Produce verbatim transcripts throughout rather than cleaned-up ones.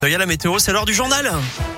Il y a la météo, c'est l'heure du journal.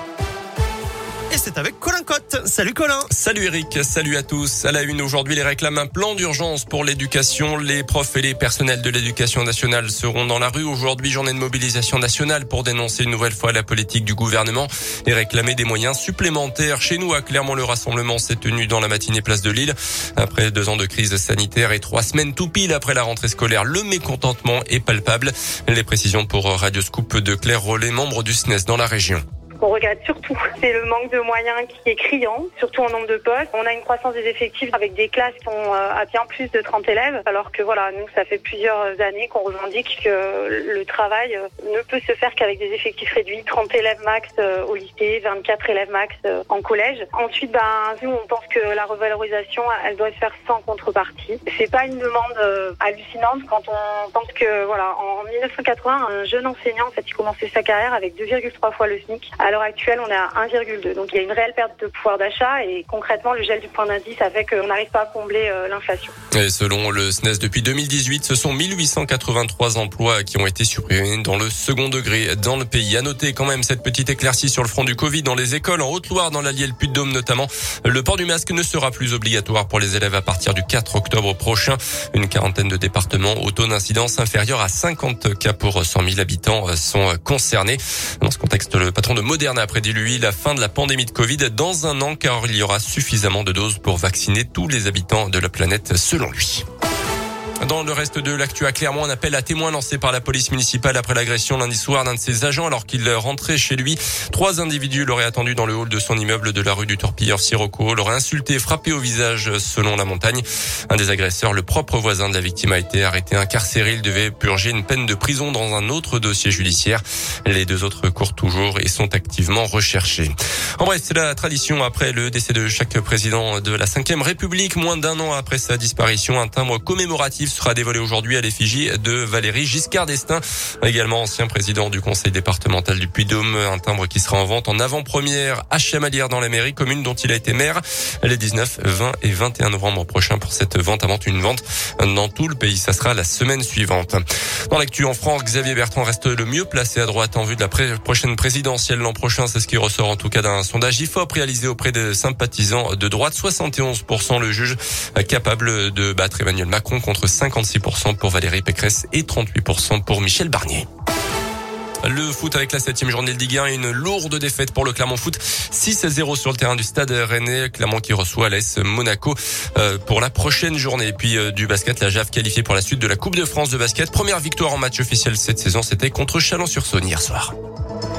Et c'est avec Colin Cotte. Salut Colin. Salut Eric, salut à tous. À la une aujourd'hui, les réclament un plan d'urgence pour l'éducation. Les profs et les personnels de l'éducation nationale seront dans la rue. Aujourd'hui, journée de mobilisation nationale pour dénoncer une nouvelle fois la politique du gouvernement et réclamer des moyens supplémentaires. Chez nous, à Clermont, le rassemblement s'est tenu dans la matinée place de Lille. Après deux ans de crise sanitaire et trois semaines tout pile après la rentrée scolaire, le mécontentement est palpable. Les précisions pour Radio Scoop de Claire Rollet, membre du S N E S dans la région. On regrette surtout, c'est le manque de moyens qui est criant, surtout en nombre de postes. On a une croissance des effectifs avec des classes qui ont à bien plus de trente élèves, alors que voilà, nous, ça fait plusieurs années qu'on revendique que le travail ne peut se faire qu'avec des effectifs réduits, trente élèves max au lycée, vingt-quatre élèves max en collège. Ensuite, ben, nous, on pense que la revalorisation, elle doit se faire sans contrepartie. C'est pas une demande hallucinante quand on pense que, voilà, en mille neuf cent quatre-vingts, un jeune enseignant, en fait, il commençait sa carrière avec deux virgule trois fois le SMIC. À l'heure actuelle, on est à un virgule deux. Donc, il y a une réelle perte de pouvoir d'achat et concrètement, le gel du point d'indice a fait qu'on n'arrive pas à combler euh, l'inflation. Et selon le S N E S, depuis deux mille dix-huit, ce sont mille huit cent quatre-vingt-trois emplois qui ont été supprimés dans le second degré dans le pays. À noter quand même cette petite éclaircie sur le front du Covid dans les écoles en Haute-Loire, dans l'Allier, le Puy-de-Dôme notamment. Le port du masque ne sera plus obligatoire pour les élèves à partir du quatre octobre prochain. Une quarantaine de départements au taux d'incidence inférieur à cinquante cas pour cent mille habitants sont concernés. Dans ce contexte, le patron de Moderna a prédit, lui, la fin de la pandémie de Covid dans un an, car il y aura suffisamment de doses pour vacciner tous les habitants de la planète, selon lui. Dans le reste de l'actu à Clermont, un appel à témoins lancé par la police municipale après l'agression lundi soir d'un de ses agents alors qu'il rentrait chez lui. Trois individus l'auraient attendu dans le hall de son immeuble de la rue du Torpilleur Sirocco, l'auraient insulté, frappé au visage selon la montagne. Un des agresseurs, le propre voisin de la victime, a été arrêté incarcéré. Il devait purger une peine de prison dans un autre dossier judiciaire. Les deux autres courent toujours et sont activement recherchés. En bref, c'est la tradition après le décès de chaque président de la cinquième République. Moins d'un an après sa disparition, un timbre commémoratif sera dévoilé aujourd'hui à l'effigie de Valéry Giscard d'Estaing, également ancien président du conseil départemental du Puy-de-Dôme. Un timbre qui sera en vente en avant-première à Chamalières dans la mairie, commune dont il a été maire, les dix-neuf, vingt et vingt et un novembre prochains pour cette vente avant une vente dans tout le pays. Ça sera la semaine suivante. Dans l'actu en France, Xavier Bertrand reste le mieux placé à droite en vue de la pré- prochaine présidentielle l'an prochain. C'est ce qui ressort en tout cas d'un sondage I F O P réalisé auprès de sympathisants de droite. soixante et onze pour cent le juge capable de battre Emmanuel Macron contre cinquante-six pour cent pour Valérie Pécresse et trente-huit pour cent pour Michel Barnier. Le foot avec la septième journée de Ligue un et une lourde défaite pour le Clermont Foot. six à zéro sur le terrain du Stade Rennais. Clermont qui reçoit l'A S Monaco euh, pour la prochaine journée. Et puis euh, du basket, la J A V qualifiée pour la suite de la Coupe de France de basket. Première victoire en match officiel cette saison, c'était contre Chalon-sur-Saône hier soir.